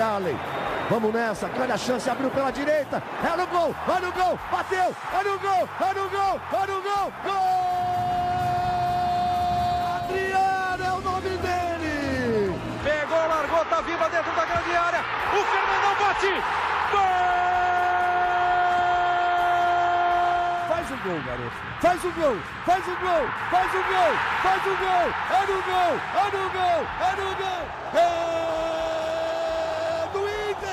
Allen. Vamos nessa, grande a chance, abriu pela direita, é no gol, vai no gol, bateu, é no gol, é no gol, é no gol, gol! Adriano é o nome dele! Pegou, largou, tá viva dentro da grande área, o Fernandão bate, gol! Faz o gol, garoto, faz o gol, faz o gol, faz o gol, faz o gol, é no gol, é no gol, é no gol, é do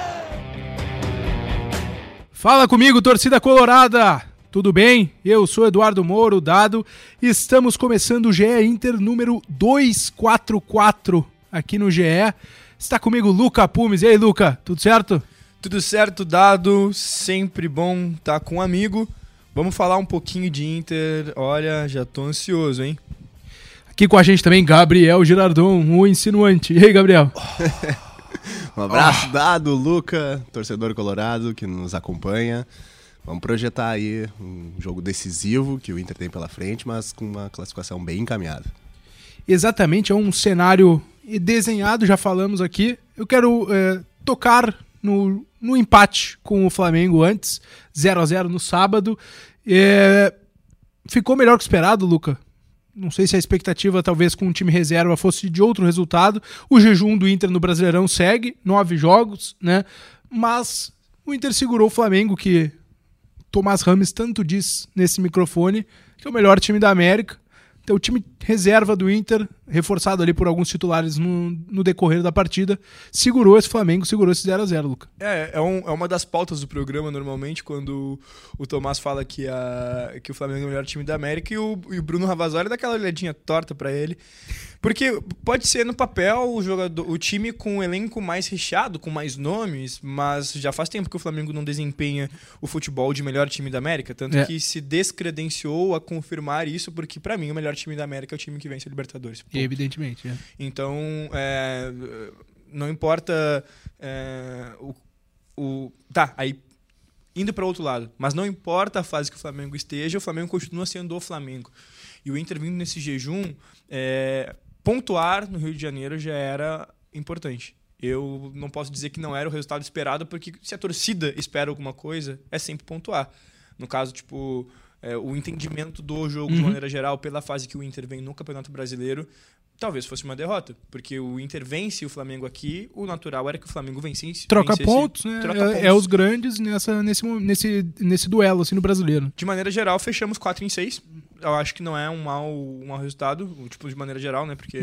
Inter! Fala comigo, torcida colorada! Tudo bem? Eu sou Eduardo Moro, Dado, e estamos começando o GE Inter número 244 aqui no GE. Está comigo Luca Pumes. E aí, Luca, tudo certo? Tudo certo, Dado. Sempre bom estar com um amigo. Vamos falar um pouquinho de Inter. Olha, já tô ansioso, hein? Aqui com a gente também Gabriel Girardon, o insinuante. E aí, Gabriel? Um abraço, Dado, Luca, torcedor colorado que nos acompanha. Vamos projetar aí um jogo decisivo que o Inter tem pela frente, mas com uma classificação bem encaminhada. Exatamente, é um cenário desenhado, já falamos aqui. Eu quero tocar no empate com o Flamengo antes, 0-0 no sábado. Ficou melhor que esperado, Luca? Não sei se a expectativa, talvez, com o time reserva fosse de outro resultado. O jejum do Inter no Brasileirão segue, 9 jogos, né? Mas o Inter segurou o Flamengo, que Tomás Rames tanto diz nesse microfone, que é o melhor time da América. Então o time reserva do Inter, reforçado ali por alguns titulares no decorrer da partida, segurou esse Flamengo, segurou esse 0-0, Luca. É uma das pautas do programa, normalmente, quando o Tomás fala que o Flamengo é o melhor time da América e o Bruno Ravazoli dá aquela olhadinha torta pra ele. Porque pode ser no papel o time com um elenco mais recheado, com mais nomes, mas já faz tempo que o Flamengo não desempenha o futebol de melhor time da América, tanto que se descredenciou a confirmar isso, porque pra mim o melhor time da América é o time que vence a Libertadores. Evidentemente. Então, não importa Tá, aí indo para outro lado, mas não importa a fase que o Flamengo esteja, o Flamengo continua sendo o Flamengo. E o Inter vindo nesse jejum, pontuar no Rio de Janeiro já era importante. Eu não posso dizer que não era o resultado esperado, porque se a torcida espera alguma coisa, é sempre pontuar. No caso, o entendimento do jogo de maneira geral, pela fase que o Inter vem no Campeonato Brasileiro, talvez fosse uma derrota, porque o Inter vence o Flamengo aqui, o natural era que o Flamengo vencesse. Troca pontos, né? É os grandes nesse duelo assim, no Brasileiro. De maneira geral, fechamos 4-6. Eu acho que não é um mau resultado, de maneira geral, né? Porque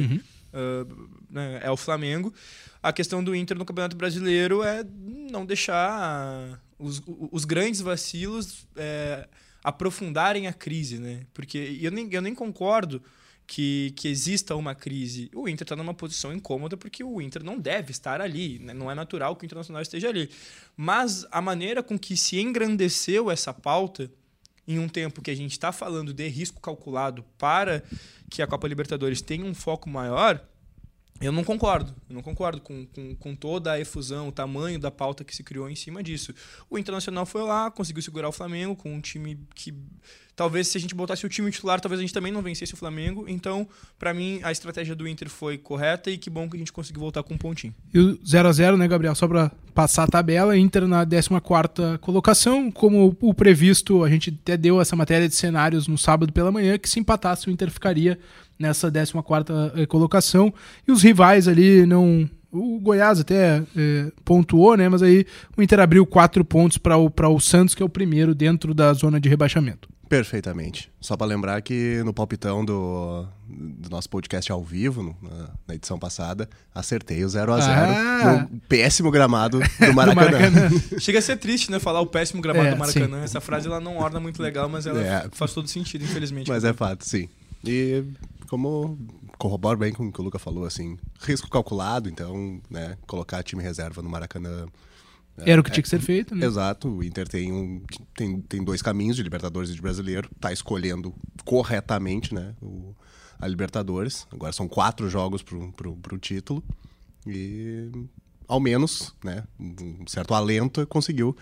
é o Flamengo. A questão do Inter no Campeonato Brasileiro é não deixar os grandes vacilos aprofundarem a crise, né? Porque eu nem concordo que exista uma crise. O Inter está numa posição incômoda porque o Inter não deve estar ali, né? Não é natural que o Internacional esteja ali. Mas a maneira com que se engrandeceu essa pauta em um tempo que a gente está falando de risco calculado para que a Copa Libertadores tenha um foco maior, eu não concordo. Eu não concordo com toda a efusão, o tamanho da pauta que se criou em cima disso. O Internacional foi lá, conseguiu segurar o Flamengo com um time que... Talvez se a gente botasse o time titular, talvez a gente também não vencesse o Flamengo. Então, pra mim, a estratégia do Inter foi correta e que bom que a gente conseguiu voltar com um pontinho. E o 0-0, né, Gabriel? Só pra passar a tabela, Inter na 14ª colocação. Como o previsto, a gente até deu essa matéria de cenários no sábado pela manhã, que se empatasse o Inter ficaria nessa 14ª colocação. E os rivais ali não... O Goiás até pontuou, né? Mas aí o Inter abriu 4 pontos para o Santos, que é o primeiro dentro da zona de rebaixamento. Perfeitamente. Só para lembrar que no palpitão do nosso podcast ao vivo, na edição passada, acertei o 0-0 no péssimo gramado do Maracanã. Chega a ser triste, né? Falar o péssimo gramado do Maracanã. Sim. Essa frase ela não orna muito legal, mas ela faz todo sentido, infelizmente. Mas é fato, sim. E como corroboro bem com o que o Luca falou, assim, risco calculado, então, né, colocar time reserva no Maracanã... Era o que tinha que ser feito, né? Exato, o Inter tem 2 caminhos de Libertadores e de Brasileiro, tá escolhendo corretamente, né, a Libertadores. Agora são 4 jogos pro título e ao menos, né, um certo alento, conseguiu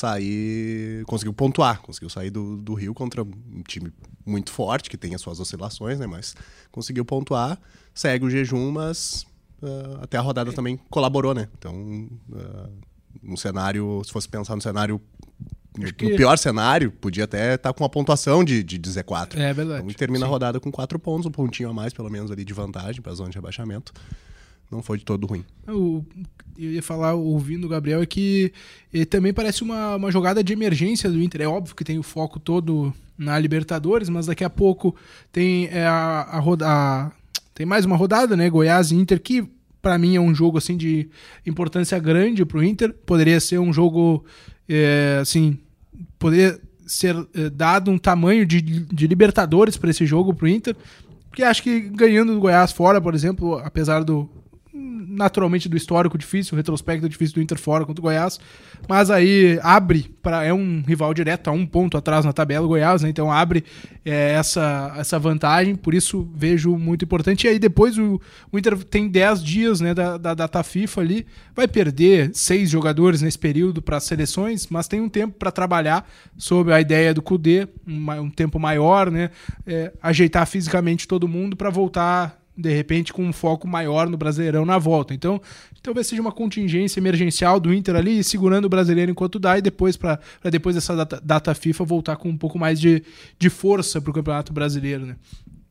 pontuar, conseguiu sair do Rio contra um time muito forte, que tem as suas oscilações, né, mas conseguiu pontuar, segue o jejum, mas até a rodada também colaborou, né? Então, no cenário, se fosse pensar no cenário, no pior cenário, podia até estar com uma pontuação de Z4. É verdade. Então, termina a rodada com 4 pontos, um pontinho a mais, pelo menos, ali de vantagem para a zona de rebaixamento. Não foi de todo ruim. Eu ia falar, ouvindo o Gabriel, é que ele também parece uma jogada de emergência do Inter. É óbvio que tem o foco todo na Libertadores, mas daqui a pouco tem tem mais uma rodada, né? Goiás e Inter, que para mim é um jogo assim de importância grande pro Inter. Poderia ser um jogo assim, poderia ser dado um tamanho de Libertadores para esse jogo pro Inter, porque acho que ganhando do Goiás fora, por exemplo, apesar do naturalmente do histórico difícil, o retrospecto difícil do Inter fora contra o Goiás, mas aí abre, é um rival direto, a 1 ponto atrás na tabela, o Goiás, né? Então abre essa vantagem, por isso vejo muito importante. E aí depois o Inter tem 10 dias, né, da data FIFA ali, vai perder 6 jogadores nesse período para as seleções, mas tem um tempo para trabalhar sob a ideia do Kudê, um tempo maior, né, ajeitar fisicamente todo mundo para voltar de repente com um foco maior no Brasileirão na volta. Então, talvez seja uma contingência emergencial do Inter ali, segurando o Brasileiro enquanto dá, e depois, para depois dessa data FIFA, voltar com um pouco mais de força para o Campeonato Brasileiro, né?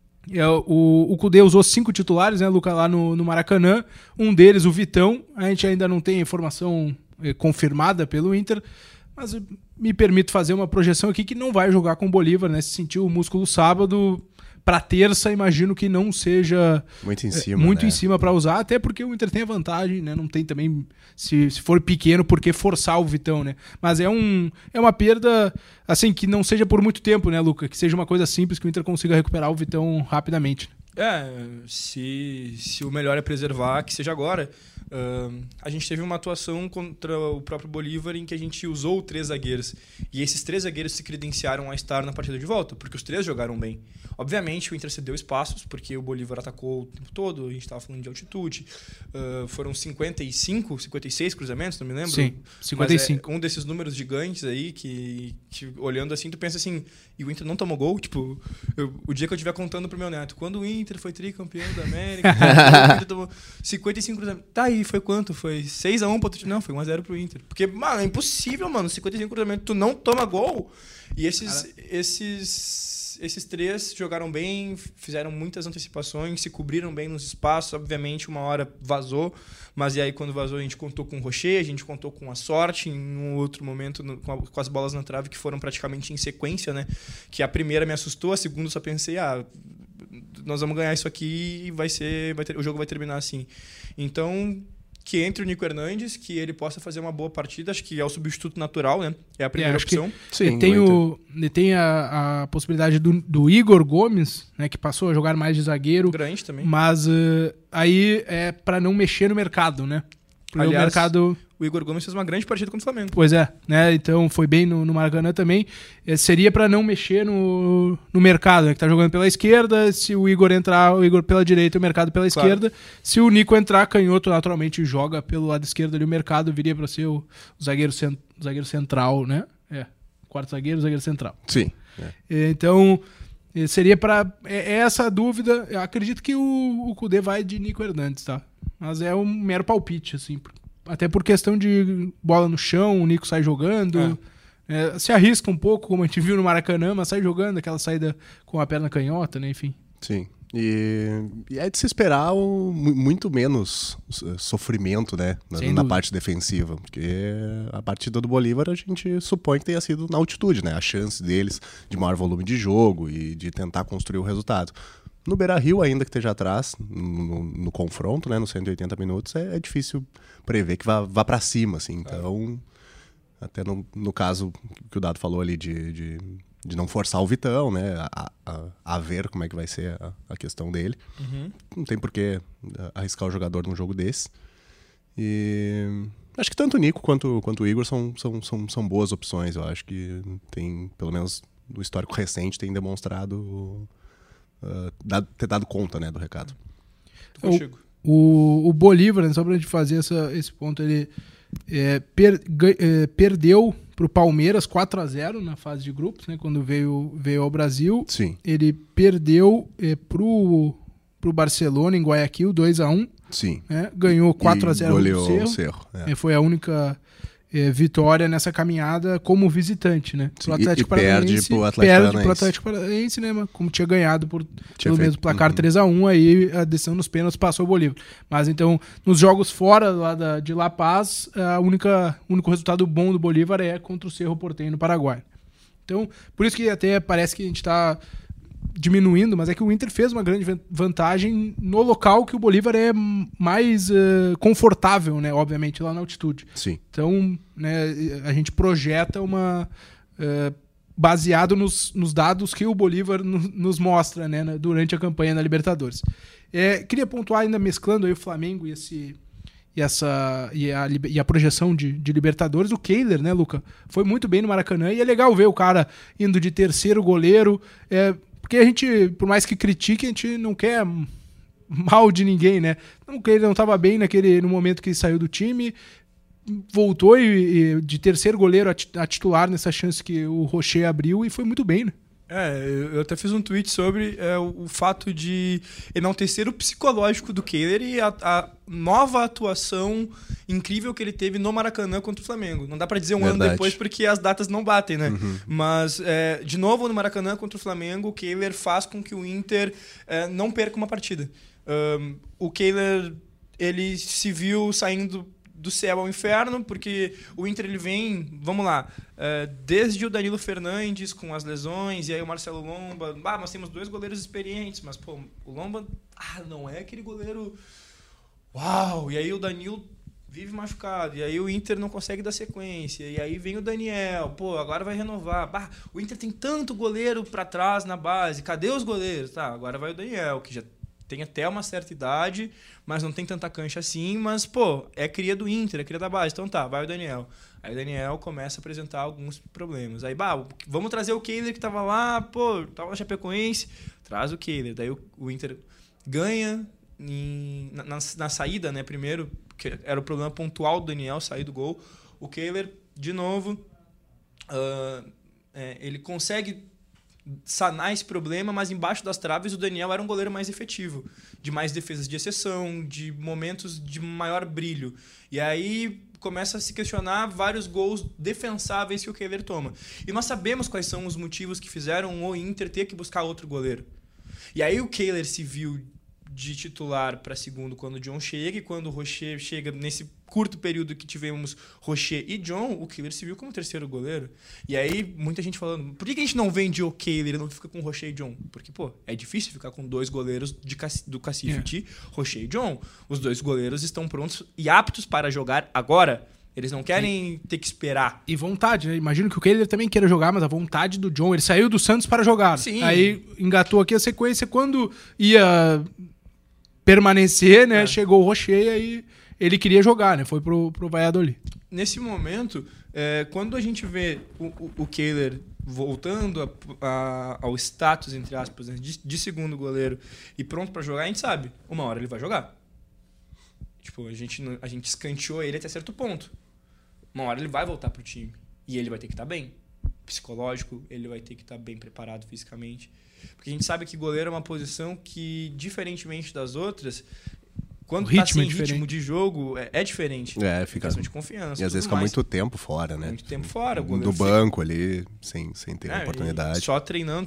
O Kudê usou 5 titulares, né, Luca, lá no Maracanã. Um deles, o Vitão. A gente ainda não tem informação confirmada pelo Inter, mas me permito fazer uma projeção aqui que não vai jogar com o Bolívar, né? Se sentiu o músculo sábado. Para terça, imagino que não seja muito em cima para usar, até porque o Inter tem a vantagem, né? Não tem também, se for pequeno, por que forçar o Vitão, né? Mas é uma perda, assim, que não seja por muito tempo, né, Luca? Que seja uma coisa simples, que o Inter consiga recuperar o Vitão rapidamente. Se o melhor é preservar, que seja agora. A gente teve uma atuação contra o próprio Bolívar em que a gente usou 3 zagueiros. E esses 3 zagueiros se credenciaram a estar na partida de volta, porque os 3 jogaram bem. Obviamente, o Inter cedeu espaços, porque o Bolívar atacou o tempo todo, a gente estava falando de altitude. Foram 56 cruzamentos, não me lembro. Sim, 55. Mas um desses números gigantes aí, que olhando assim, tu pensa assim, e o Inter não tomou gol? Tipo, o dia que eu estiver contando pro meu neto, quando o Inter foi tricampeão da América, o Inter tomou 55 cruzamentos. Tá aí, foi quanto? Foi 6-1 pro Não, foi 1-0 pro Inter. Porque, mano, é impossível, mano, 55 cruzamentos, tu não toma gol. E esses 3 jogaram bem, fizeram muitas antecipações, se cobriram bem nos espaços. Obviamente, uma hora vazou, mas e aí quando vazou a gente contou com o Rocher, a gente contou com a sorte, em um outro momento com as bolas na trave que foram praticamente em sequência, né? Que a primeira me assustou, a segunda eu só pensei, nós vamos ganhar isso aqui e o jogo vai terminar assim. Então, que entre o Nico Hernandes, que ele possa fazer uma boa partida, acho que é o substituto natural, né? É a primeira opção. Sim, tem a possibilidade do Igor Gomes, né, que passou a jogar mais de zagueiro. Grande também. Mas aí é para não mexer no mercado, né? Aliás, o Igor Gomes fez uma grande partida contra o Flamengo. Pois é, né? Então foi bem no Maracanã também. Seria para não mexer no mercado, né? Que tá jogando pela esquerda. Se o Igor entrar, o Igor pela direita, o mercado pela esquerda. Se o Nico entrar, canhoto naturalmente joga pelo lado esquerdo ali, o mercado viria para ser o zagueiro central, né? Quarto zagueiro central. Sim. Então, seria para essa dúvida. Eu acredito que o Kudê vai de Nico Hernandes, tá? Mas é um mero palpite, assim. Até por questão de bola no chão, o Nico sai jogando. Se arrisca um pouco, como a gente viu no Maracanã, mas sai jogando, aquela saída com a perna canhota, né? Enfim. Sim. E é de se esperar muito menos sofrimento, né? Na parte defensiva. Porque a partida do Bolívar a gente supõe que tenha sido na altitude, né? A chance deles de maior volume de jogo e de tentar construir o resultado. No Beira-Rio, ainda que esteja atrás, no confronto, né, nos 180 minutos, é difícil prever que vá para cima, assim. Então, até no caso que o Dado falou ali de não forçar o Vitão, né, a ver como é que vai ser a questão dele. Não tem por que arriscar o jogador num jogo desse. E acho que tanto o Nico quanto o Igor são boas opções. Eu acho que tem, pelo menos no histórico recente, tem demonstrado... ter dado conta, né, do recado. O Bolívar, né, só pra gente fazer esse ponto, ele perdeu pro Palmeiras 4-0 na fase de grupos, né, quando veio ao Brasil. Sim. Ele perdeu pro Barcelona em Guayaquil 2-1. Sim. Né? Ganhou 4-0 goleou do o Cerro. Cerro. Foi a única vitória nessa caminhada como visitante, né? Sim, e perde pro Atlético Paranaense, né? Mas como tinha ganhado pelo mesmo placar 3-1, aí a decisão nos pênaltis passou o Bolívar. Mas então, nos jogos fora lá de La Paz, o único resultado bom do Bolívar é contra o Cerro Porteño no Paraguai. Então, por isso que até parece que a gente está diminuindo, mas é que o Inter fez uma grande vantagem no local que o Bolívar é mais confortável, né? Obviamente, lá na altitude. Sim. Então, né, a gente projeta baseado nos dados que o Bolívar nos mostra, né, durante a campanha na Libertadores. Queria pontuar ainda, mesclando aí o Flamengo e a projeção de Libertadores, o Kehler, né, Luca? Foi muito bem no Maracanã e é legal ver o cara indo de terceiro goleiro, porque a gente, por mais que critique, a gente não quer mal de ninguém, né? Ele não estava bem no momento que ele saiu do time, voltou e de terceiro goleiro a titular nessa chance que o Rocher abriu e foi muito bem, né? Eu até fiz um tweet sobre o fato de enaltecer o psicológico do Kehler e a nova atuação incrível que ele teve no Maracanã contra o Flamengo. Não dá pra dizer ano depois porque as datas não batem, né? Uhum. Mas, de novo, no Maracanã contra o Flamengo, o Kehler faz com que o Inter não perca uma partida. O Kehler, ele se viu saindo do céu ao inferno, porque o Inter ele vem, vamos lá, desde o Danilo Fernandes com as lesões, e aí o Marcelo Lomba, nós temos 2 goleiros experientes, mas pô, o Lomba não é aquele goleiro uau, e aí o Danilo vive machucado, e aí o Inter não consegue dar sequência, e aí vem o Daniel, agora vai renovar, o Inter tem tanto goleiro para trás na base, cadê os goleiros? Agora vai o Daniel, que já tem até uma certa idade, mas não tem tanta cancha assim, mas, é cria do Inter, é cria da base. Então vai o Daniel. Aí o Daniel começa a apresentar alguns problemas. Aí, vamos trazer o Kehler que tava lá, tava na Chapecoense, traz o Kehler. Daí o Inter ganha na saída, né, primeiro, que era o problema pontual do Daniel sair do gol. O Kehler, de novo, ele consegue sanar esse problema, mas embaixo das traves o Daniel era um goleiro mais efetivo, de mais defesas de exceção, de momentos de maior brilho. E aí começa a se questionar vários gols defensáveis que o Kehler toma. E nós sabemos quais são os motivos que fizeram o Inter ter que buscar outro goleiro. E aí o Kehler se viu de titular para segundo quando o John chega, e quando o Rocher chega, nesse curto período que tivemos Rocher e John, o Kehler se viu como terceiro goleiro. E aí, muita gente falando, por que a gente não vende o Kehler e não fica com Rocher e John? Porque, é difícil ficar com 2 goleiros do Cacife, Rocher e John. Os 2 goleiros estão prontos e aptos para jogar agora. Eles não querem ter que esperar. E vontade, né? Imagino que o Kehler também queira jogar, mas a vontade do John, ele saiu do Santos para jogar. Sim. Aí engatou aqui a sequência, quando ia permanecer, né? Chegou o Rocher e aí ele queria jogar, né? Foi pro Valladolid. Nesse momento, quando a gente vê o Kehler voltando ao status, entre aspas, né, de segundo goleiro e pronto para jogar, a gente sabe, uma hora ele vai jogar. Tipo, a gente escanteou ele até certo ponto. Uma hora ele vai voltar pro time. E ele vai ter que estar bem. Psicológico, ele vai ter que estar bem preparado fisicamente. Porque a gente sabe que goleiro é uma posição que, diferentemente das outras, quando está sem ritmo de jogo, é diferente. Fica questão de confiança. E às vezes fica muito tempo fora, né? Muito tempo fora. No banco ali, sem ter oportunidade. Só treinando.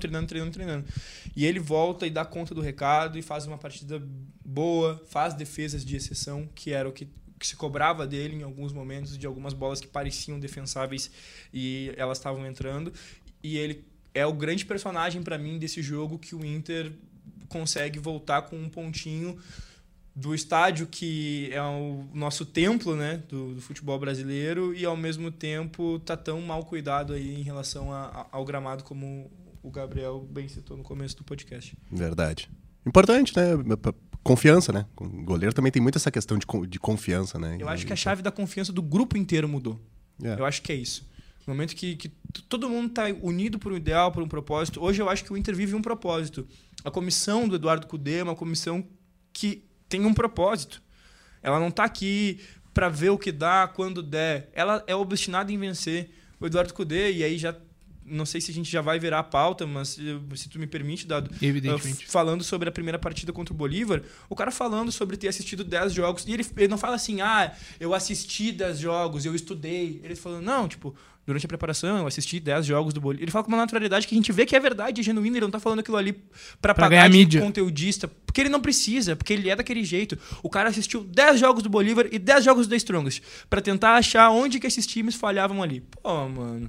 E ele volta e dá conta do recado e faz uma partida boa, faz defesas de exceção, que era o que se cobrava dele em alguns momentos, de algumas bolas que pareciam defensáveis e elas estavam entrando. E ele é o grande personagem para mim desse jogo, que o Inter consegue voltar com um pontinho do estádio que é o nosso templo, né, do futebol brasileiro, e ao mesmo tempo tá tão mal cuidado aí em relação ao gramado, como o Gabriel bem citou no começo do podcast. Verdade. Importante, né? Confiança, né? O goleiro também tem muito essa questão de confiança, né? Eu acho que a chave da confiança do grupo inteiro mudou. Eu acho que é isso. No momento que todo mundo está unido por um ideal, por um propósito. Hoje eu acho que o Inter vive um propósito. A comissão do Eduardo Cudê é uma comissão que tem um propósito. Ela não está aqui para ver o que dá, quando der. Ela é obstinada em vencer. O Eduardo Cudê, e aí já não sei se a gente já vai virar a pauta, mas se tu me permite, Dado, Evidentemente. falando sobre a primeira partida contra o Bolívar, o cara falando sobre ter assistido 10 jogos, e ele não fala assim, eu assisti 10 jogos, eu estudei. Ele falando, não, tipo, durante a preparação eu assisti 10 jogos do Bolívar. Ele fala com uma naturalidade que a gente vê que é verdade, é genuíno, ele não tá falando aquilo ali pra pagar ganhar de mídia. conteudista, porque ele não precisa, porque ele é daquele jeito. O cara assistiu 10 jogos do Bolívar e 10 jogos do The Strongest, pra tentar achar onde que esses times falhavam ali. Pô, mano...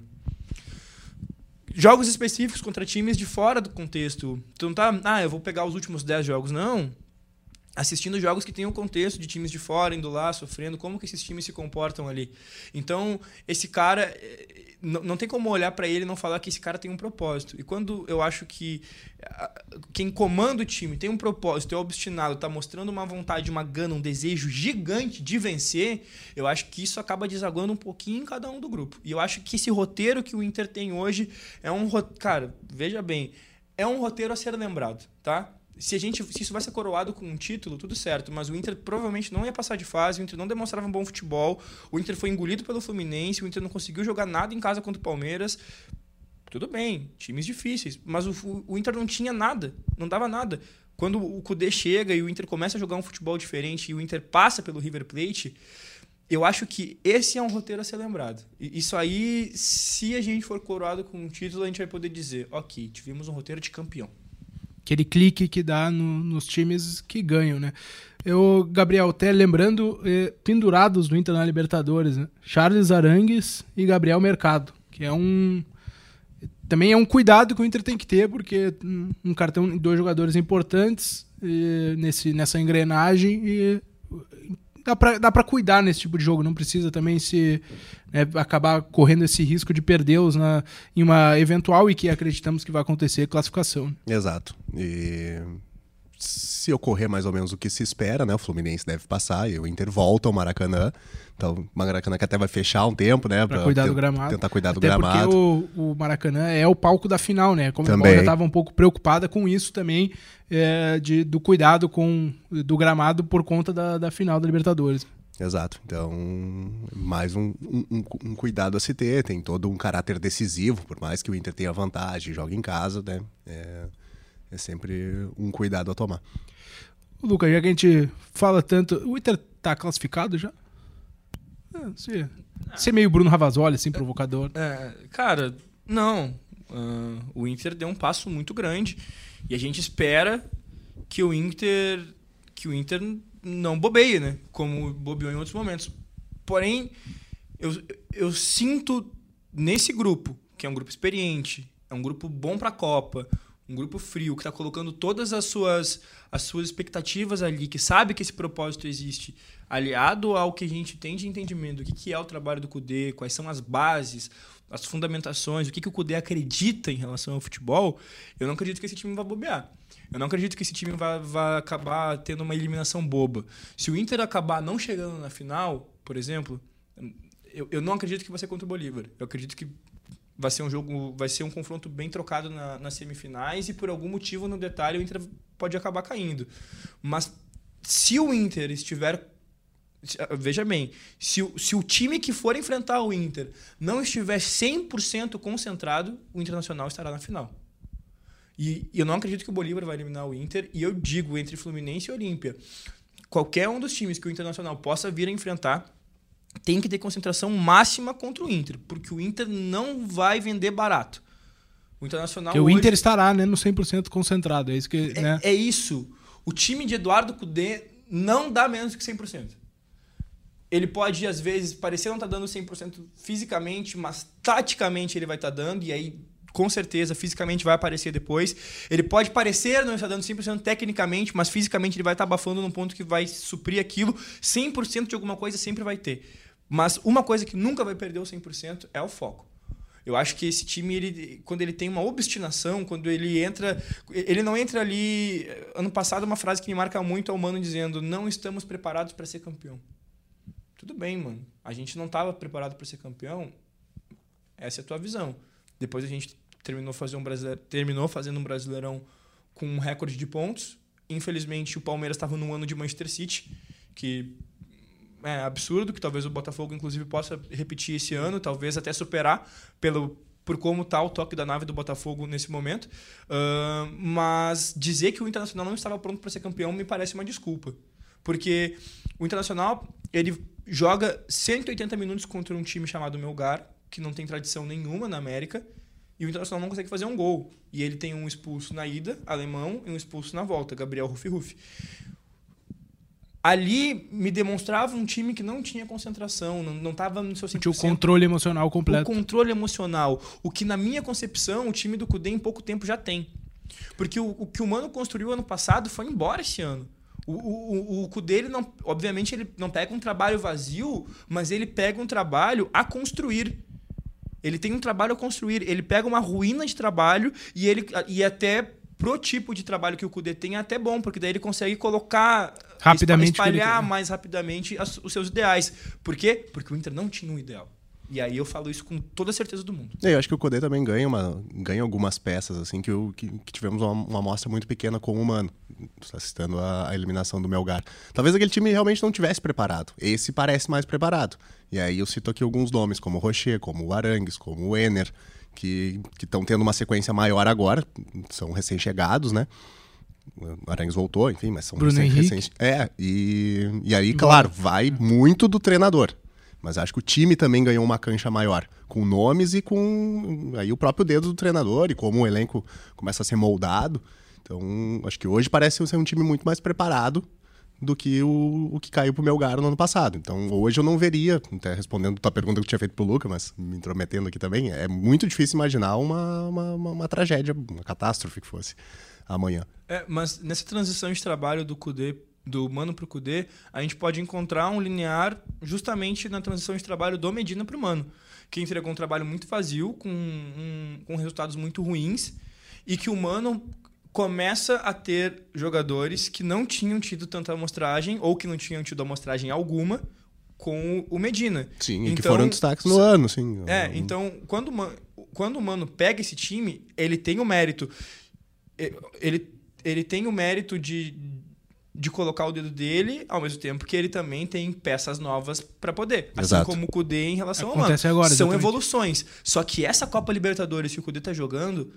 Jogos específicos contra times de fora do contexto. Tu não tá, eu vou pegar os últimos 10 jogos. Não. Assistindo jogos que tem um contexto de times de fora, indo lá, sofrendo, como que esses times se comportam ali. Então, esse cara... Não tem como olhar para ele e não falar que esse cara tem um propósito. E quando eu acho que quem comanda o time tem um propósito, é obstinado, tá mostrando uma vontade, uma gana, um desejo gigante de vencer, eu acho que isso acaba desaguando um pouquinho em cada um do grupo. E eu acho que esse roteiro que o Inter tem hoje é um roteiro... Cara, veja bem, é um roteiro a ser lembrado, tá? Se isso vai ser coroado com um título, tudo certo, mas o Inter provavelmente não ia passar de fase, o Inter não demonstrava um bom futebol, o Inter foi engolido pelo Fluminense, o Inter não conseguiu jogar nada em casa contra o Palmeiras. Tudo bem, times difíceis, mas o Inter não tinha nada, não dava nada. Quando o Kudê chega e o Inter começa a jogar um futebol diferente e o Inter passa pelo River Plate, eu acho que esse é um roteiro a ser lembrado. E isso aí, se a gente for coroado com um título, a gente vai poder dizer, ok, tivemos um roteiro de campeão. Aquele clique que dá nos times que ganham, né? Gabriel, até lembrando, pendurados no Inter na Libertadores, né? Charles Arangues e Gabriel Mercado, que também é um cuidado que o Inter tem que ter, porque um cartão de 2 jogadores importantes nessa engrenagem e dá pra cuidar nesse tipo de jogo, não precisa também acabar correndo esse risco de perdê-los em uma eventual e que acreditamos que vai acontecer classificação. Exato. E se ocorrer mais ou menos o que se espera, né? O Fluminense deve passar e o Inter volta ao Maracanã. Então, o Maracanã que até vai fechar um tempo, né? Pra cuidar do gramado. Tentar cuidar do até gramado. Porque o Maracanã é o palco da final, né? Como a Também. já estava um pouco preocupada com isso também, do cuidado do gramado por conta da final da Libertadores. Exato. Então, mais um cuidado a se ter. Tem todo um caráter decisivo, por mais que o Inter tenha vantagem, joga em casa, né? É sempre um cuidado a tomar. Lucas, já que a gente fala tanto... O Inter tá classificado já? Ser meio Bruno Ravazoli, assim, provocador. Cara, não. O Inter deu um passo muito grande e a gente espera que o Inter não bobeie, né? Como bobeou em outros momentos. Porém, eu sinto nesse grupo, que é um grupo experiente, é um grupo bom para a Copa, um grupo frio, que está colocando todas as suas expectativas ali, que sabe que esse propósito existe, aliado ao que a gente tem de entendimento do que é o trabalho do Kudê, quais são as bases, as fundamentações, o que o Kudê acredita em relação ao futebol, eu não acredito que esse time vai bobear. Eu não acredito que esse time vai acabar tendo uma eliminação boba. Se o Inter acabar não chegando na final, por exemplo, eu não acredito que vai ser contra o Bolívar. Eu acredito que vai ser um confronto bem trocado nas semifinais e por algum motivo, no detalhe, o Inter pode acabar caindo. Mas se o Inter estiver... Veja bem, se o time que for enfrentar o Inter não estiver 100% concentrado, o Internacional estará na final. E eu não acredito que o Bolívar vai eliminar o Inter, e eu digo, entre Fluminense e Olímpia, qualquer um dos times que o Internacional possa vir a enfrentar tem que ter concentração máxima contra o Inter, porque o Inter não vai vender barato. O Internacional porque o Inter estará, né, no 100% concentrado, é isso que... né? É isso. O time de Eduardo Kudê não dá menos que 100%. Ele pode, às vezes, parecer não estar dando 100% fisicamente, mas taticamente ele vai estar dando, e aí, com certeza, fisicamente vai aparecer depois. Ele pode parecer não estar dando 100% tecnicamente, mas fisicamente ele vai estar abafando num ponto que vai suprir aquilo. 100% de alguma coisa sempre vai ter. Mas uma coisa que nunca vai perder o 100% é o foco. Eu acho que esse time, quando ele tem uma obstinação, quando ele entra... Ele não entra ali... Ano passado, uma frase que me marca muito é o Mano dizendo: não estamos preparados para ser campeão. Tudo bem, mano. A gente não estava preparado para ser campeão. Essa é a tua visão. Depois a gente terminou fazendo um Brasileirão com um recorde de pontos. Infelizmente, o Palmeiras estava num ano de Manchester City, que é absurdo, que talvez o Botafogo, inclusive, possa repetir esse ano, talvez até superar por como tá o toque da nave do Botafogo nesse momento. Mas dizer que o Internacional não estava pronto para ser campeão me parece uma desculpa. Porque o Internacional, ele joga 180 minutos contra um time chamado Melgar, que não tem tradição nenhuma na América, e o Internacional não consegue fazer um gol. E ele tem um expulso na ida, alemão, e um expulso na volta, Gabriel Rufi. Ali me demonstrava um time que não tinha concentração, não estava no seu 100%. Tinha o controle emocional completo. O controle emocional. O que, na minha concepção, o time do Kudê em pouco tempo já tem. Porque o que o Mano construiu ano passado foi embora esse ano. O Kudê, ele não, obviamente, ele não pega um trabalho vazio, mas ele pega um trabalho a construir. Ele tem um trabalho a construir. Ele pega uma ruína de trabalho e até pro tipo de trabalho que o Kudê tem é até bom, porque daí ele consegue colocar, rapidamente, espalhar mais rapidamente os seus ideais. Por quê? Porque o Inter não tinha um ideal. E aí eu falo isso com toda a certeza do mundo. Eu acho que o Kudê também ganha algumas peças, assim, que tivemos uma amostra muito pequena com o Mano. Está citando a eliminação do Melgar. Talvez aquele time realmente não tivesse preparado. Esse parece mais preparado. E aí eu cito aqui alguns nomes, como o Rocher, como o Arangues, como o Ener, que estão tendo uma sequência maior agora, são recém-chegados, né? O Arangues voltou, enfim, mas são recém-chegados. E aí, claro, vai muito do treinador. Mas acho que o time também ganhou uma cancha maior, com nomes e com aí o próprio dedo do treinador e como o elenco começa a ser moldado. Então, acho que hoje parece ser um time muito mais preparado do que o que caiu pro Melgar no ano passado. Então, hoje eu não veria, até respondendo a tua pergunta que eu tinha feito pro Luca, mas me intrometendo aqui também, é muito difícil imaginar uma tragédia, uma catástrofe que fosse amanhã. Mas nessa transição de trabalho do Kudê, do Mano pro Kudê, a gente pode encontrar um linear justamente na transição de trabalho do Medina pro Mano, que entregou um trabalho muito vazio, com resultados muito ruins, e que o Mano começa a ter jogadores que não tinham tido tanta amostragem, ou que não tinham tido amostragem alguma, com o Medina. Sim, então, que foram destaques no ano, sim. Então, quando o Mano pega esse time, ele tem o mérito. Ele tem o mérito de colocar o dedo dele, ao mesmo tempo que ele também tem peças novas para poder. Exato. Assim como o Kudê em relação ao Acontece Mano. agora, São exatamente. evoluções. Só que essa Copa Libertadores que o Kudê tá jogando,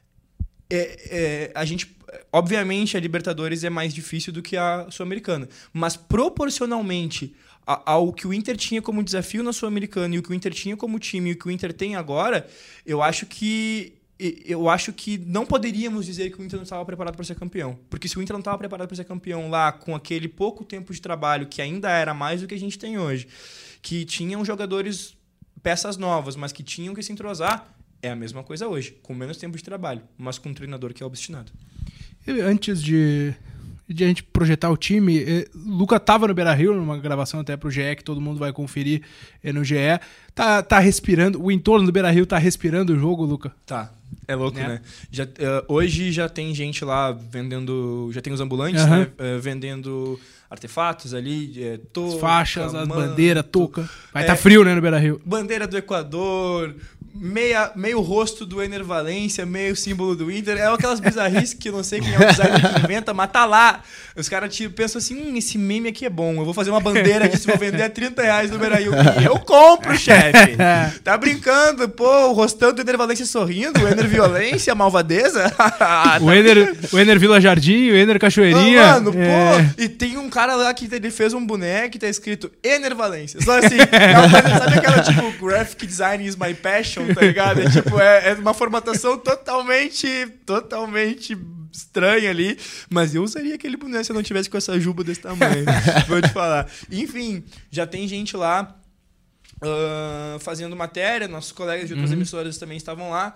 a gente, obviamente, a Libertadores é mais difícil do que a Sul-Americana. Mas proporcionalmente ao que o Inter tinha como desafio na Sul-Americana e o que o Inter tinha como time e o que o Inter tem agora, eu acho que não poderíamos dizer que o Inter não estava preparado para ser campeão. Porque se o Inter não estava preparado para ser campeão lá, com aquele pouco tempo de trabalho, que ainda era mais do que a gente tem hoje, que tinham jogadores, peças novas, mas que tinham que se entrosar, é a mesma coisa hoje, com menos tempo de trabalho, mas com um treinador que é obstinado. Antes de a gente projetar o time, Luca tava no Beira-Rio, numa gravação até pro GE, que todo mundo vai conferir no GE. Tá respirando, o entorno do Beira-Rio tá respirando o jogo, Luca? Tá. É louco, né? Hoje já tem gente lá vendendo... Já tem os ambulantes, né? Vendendo artefatos ali. Touca, as faixas, as bandeiras, touca. Vai tá frio, né, no Beira-Rio? Bandeira do Equador, meio rosto do Ener Valencia, meio símbolo do Inter. É aquelas bizarrices que eu não sei quem é o designer que inventa, mas tá lá. Os caras pensam assim, esse meme aqui é bom. Eu vou fazer uma bandeira aqui, se vou vender a R$30 no Beira-Rio. E eu compro, chefe. Tá brincando? Pô, o rostão do Ener Valencia sorrindo, o Ener Violência, malvadeza. O Ener Vila Jardim, o Ener Cachoeirinha. Mano, pô, e tem um cara lá que ele fez um boneco que tá escrito Ener Valencia. Só assim, sabe aquela tipo, graphic design is my passion, tá ligado? É uma formatação totalmente estranha ali, mas eu usaria aquele boneco se eu não tivesse com essa juba desse tamanho. Vou te falar. Enfim, já tem gente lá fazendo matéria, nossos colegas de outras emissoras também estavam lá.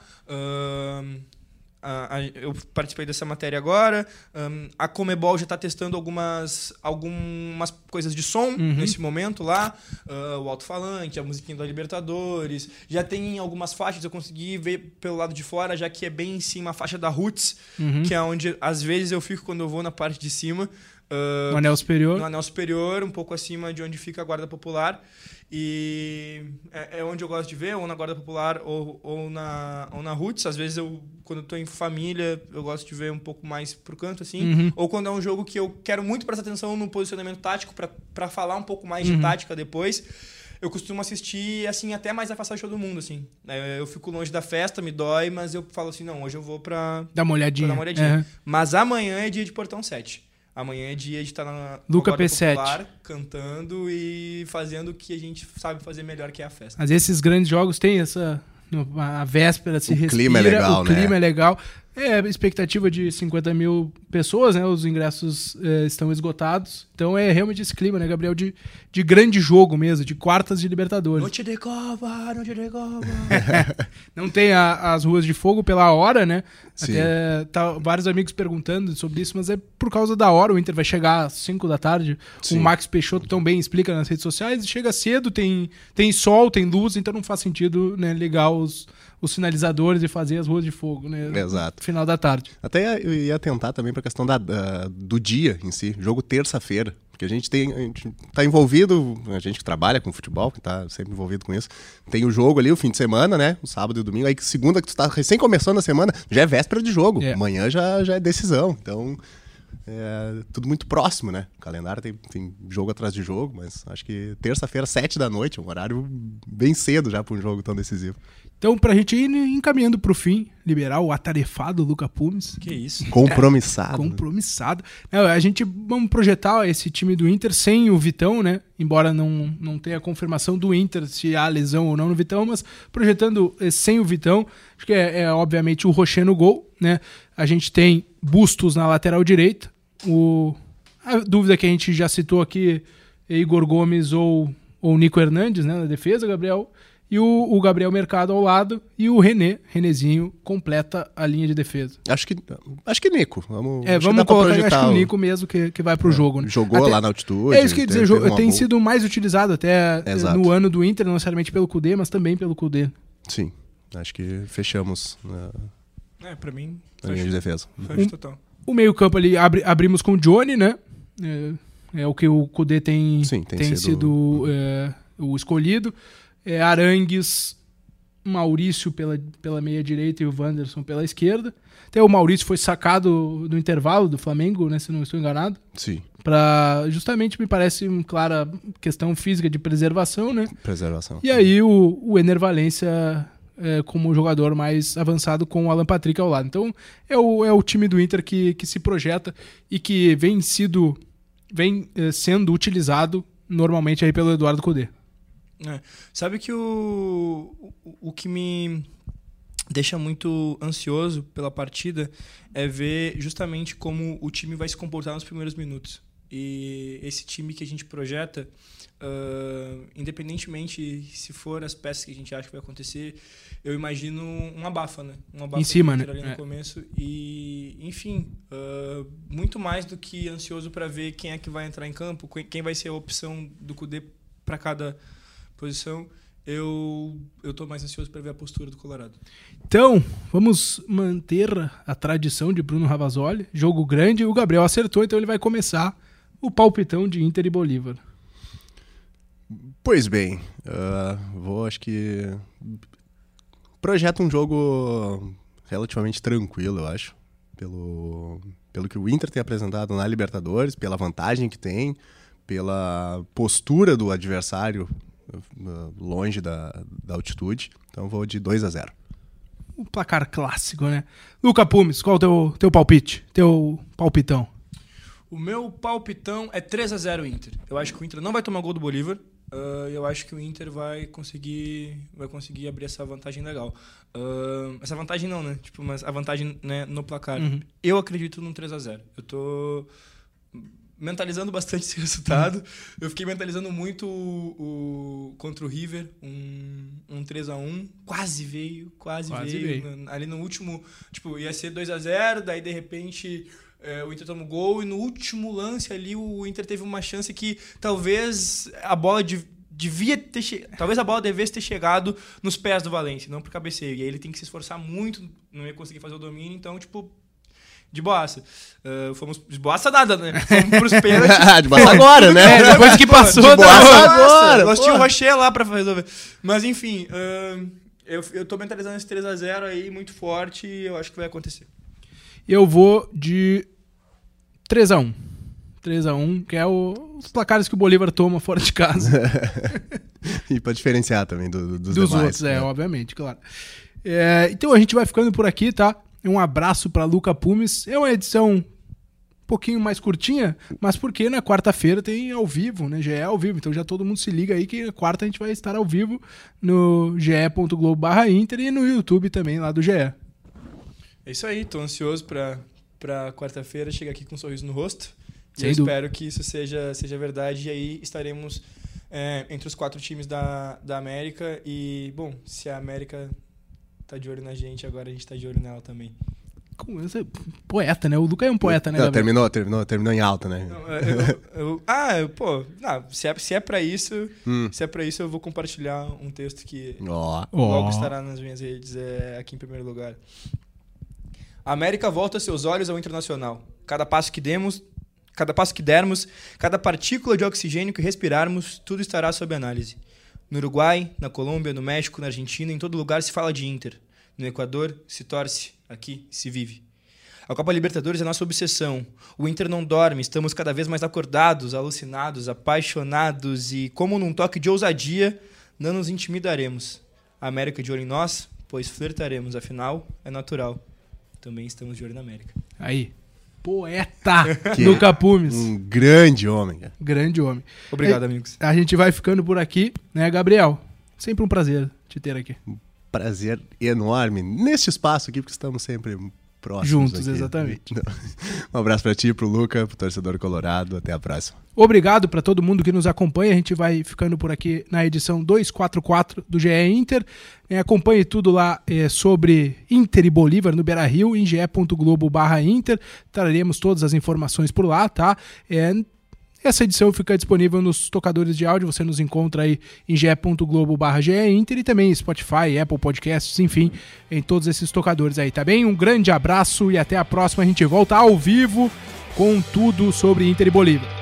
Eu participei dessa matéria agora. A Comebol já está testando algumas coisas de som nesse momento lá. O alto-falante, a musiquinha da Libertadores. Já tem algumas faixas, eu consegui ver pelo lado de fora, já que é bem em cima a faixa da Roots, que é onde às vezes eu fico quando eu vou na parte de cima. No anel superior. No anel superior, um pouco acima de onde fica a Guarda Popular. E é onde eu gosto de ver, ou na Guarda Popular ou na Roots. Às vezes, quando eu tô em família, eu gosto de ver um pouco mais pro canto, assim. Ou quando é um jogo que eu quero muito prestar atenção no posicionamento tático para falar um pouco mais de tática depois. eu costumo assistir, assim, até mais afastado de todo mundo, assim. Eu fico longe da festa, me dói, mas eu falo assim, não, hoje eu vou pra... Dá uma olhadinha. Pra dar uma olhadinha. Uhum. Mas amanhã é dia de Portão 7. Amanhã é dia de estar na Luca Concorda P7. Popular, cantando e fazendo o que a gente sabe fazer melhor, que é a festa. Mas esses grandes jogos têm a véspera se respira. Clima é legal, o clima é legal. Expectativa de 50 mil pessoas, né? Os ingressos estão esgotados. Então é realmente esse clima, né, Gabriel? De grande jogo mesmo, de quartas de Libertadores. Noite de Copa. Não tem as ruas de fogo pela hora, né? Sim. Até vários amigos perguntando sobre isso, mas é por causa da hora. O Inter vai chegar às 5 da tarde. Sim. O Max Peixoto também explica nas redes sociais. Chega cedo, tem sol, tem luz, então não faz sentido, né, ligar os sinalizadores e fazer as ruas de fogo, né? Exato. No final da tarde. Até eu ia atentar também para a questão do dia em si, jogo terça-feira. Porque a gente tá envolvido, a gente que trabalha com futebol, que tá sempre envolvido com isso, tem o jogo ali, o fim de semana, né? O sábado e o domingo, aí segunda que tu tá recém começando a semana, já é véspera de jogo. Amanhã já é decisão. Então, é tudo muito próximo, né? O calendário tem jogo atrás de jogo, mas acho que terça-feira, 7 da noite, um horário bem cedo já para um jogo tão decisivo. Então, pra gente ir encaminhando pro fim, liberar o atarefado Luca Pumes. Que isso? Compromissado. Compromissado. Não, a gente vamos projetar esse time do Inter sem o Vitão, né? Embora não tenha confirmação do Inter se há lesão ou não no Vitão, mas projetando sem o Vitão, acho que é obviamente o Rocher no gol, né? A gente tem Bustos na lateral direita. A dúvida que a gente já citou aqui é Igor Gomes ou Nico Hernandes, né? Na defesa, Gabriel. E o Gabriel Mercado ao lado e o Renezinho completa a linha de defesa. Acho que Nico. Vamos colocar, acho que o Nico mesmo que vai pro jogo. Né? Jogou lá na altitude. É isso que eu ia dizer, tem sido mais utilizado até no ano do Inter, não necessariamente pelo Kudê, mas também pelo Kudê. Sim, acho que fechamos Pra mim, na linha de defesa. Fecha total. O meio campo ali, abrimos com o Johnny, né? É o que o Kudê tem sido o escolhido. Arangues, Maurício pela meia direita e o Wanderson pela esquerda. Até o Maurício foi sacado no intervalo do Flamengo, né, se não estou enganado. Sim. Justamente, me parece uma clara questão física de preservação, né? Preservação. E aí o Ener Valencia como jogador mais avançado com o Alan Patrick ao lado. Então é o time do Inter que se projeta e que vem sendo utilizado normalmente aí pelo Eduardo Kudê. Sabe que o que me deixa muito ansioso pela partida é ver justamente como o time vai se comportar nos primeiros minutos. E esse time que a gente projeta, independentemente se for as peças que a gente acha que vai acontecer, eu imagino um abafa, né? Um abafa em cima, né? ali no começo. E, enfim, muito mais do que ansioso para ver quem é que vai entrar em campo, quem vai ser a opção do Kudê para cada posição, eu tô mais ansioso para ver a postura do Colorado. Então, vamos manter a tradição de Bruno Ravazoli. Jogo grande, o Gabriel acertou, então ele vai começar o palpitão de Inter e Bolívar. Pois bem, acho que projeta um jogo relativamente tranquilo, eu acho, pelo que o Inter tem apresentado na Libertadores, pela vantagem que tem, pela postura do adversário longe da altitude. Então vou de 2-0. O placar clássico, né? Luca Pumes, qual o teu palpite? Teu palpitão? O meu palpitão é 3-0 Inter. Eu acho que o Inter não vai tomar gol do Bolívar. Eu acho que o Inter vai conseguir abrir essa vantagem legal. Essa vantagem não, né? Mas a vantagem, né, no placar. Uhum. Eu acredito num 3-0. Eu tô mentalizando bastante esse resultado. Eu fiquei mentalizando muito contra o River, um 3-1. Quase veio. Ali no último, ia ser 2-0, daí de repente o Inter toma o gol e no último lance ali o Inter teve uma chance que talvez a bola talvez a bola devesse ter chegado nos pés do Valencia, não pro cabeceio. E aí ele tem que se esforçar muito, não ia conseguir fazer o domínio, então, de boaça. Fomos de boaça nada, né? Fomos pros pênaltis. De boaça agora, né? Depois que passou, de boaça agora. Nós tínhamos o Rocher lá pra resolver. Mas, enfim, eu tô mentalizando esse 3-0 aí muito forte e eu acho que vai acontecer. Eu vou de 3-1. 3-1, que é os placares que o Bolívar toma fora de casa. E para diferenciar também dos demais, demais. Outros, obviamente, claro. Então a gente vai ficando por aqui, tá? Um abraço para Luca Pumes. É uma edição um pouquinho mais curtinha, mas porque na quarta-feira tem ao vivo, né? GE ao vivo, então já todo mundo se liga aí que na quarta a gente vai estar ao vivo no ge.globo/Inter e no YouTube também lá do GE. É isso aí, tô ansioso pra quarta-feira chegar aqui com um sorriso no rosto. E eu espero que isso seja verdade. E aí estaremos entre os 4 times da América. E, bom, se a América tá de olho na gente, agora a gente tá de olho nela também. Poeta, né? O Luca é um poeta, né? Não, terminou em alta, né? Se é pra isso, eu vou compartilhar um texto que logo logo estará nas minhas redes, aqui em primeiro lugar. A América volta seus olhos ao internacional. Cada passo que dermos, cada partícula de oxigênio que respirarmos, tudo estará sob análise. No Uruguai, na Colômbia, no México, na Argentina, em todo lugar se fala de Inter. No Equador, se torce. Aqui, se vive. A Copa Libertadores é nossa obsessão. O Inter não dorme, estamos cada vez mais acordados, alucinados, apaixonados e, como num toque de ousadia, não nos intimidaremos. A América de olho em nós, pois flertaremos, afinal, é natural. Também estamos de olho na América. Aí. Poeta Luca Pumes. Um grande homem. Cara. Grande homem. Obrigado, amigos. A gente vai ficando por aqui, né, Gabriel? Sempre um prazer te ter aqui. Prazer enorme neste espaço aqui, porque estamos sempre próximos. Juntos, aqui. Exatamente. Um abraço pra ti, pro Luca, pro torcedor colorado. Até a próxima. Obrigado para todo mundo que nos acompanha. A gente vai ficando por aqui na edição 244 do GE Inter. Acompanhe tudo lá sobre Inter e Bolívar no Beira-Rio, em ge.globo/Inter. Traremos todas as informações por lá, tá? Essa edição fica disponível nos tocadores de áudio, você nos encontra aí em ge.globo/Inter e também Spotify, Apple Podcasts, enfim, em todos esses tocadores aí, tá bem? Um grande abraço e até a próxima, a gente volta ao vivo com tudo sobre Inter e Bolívar.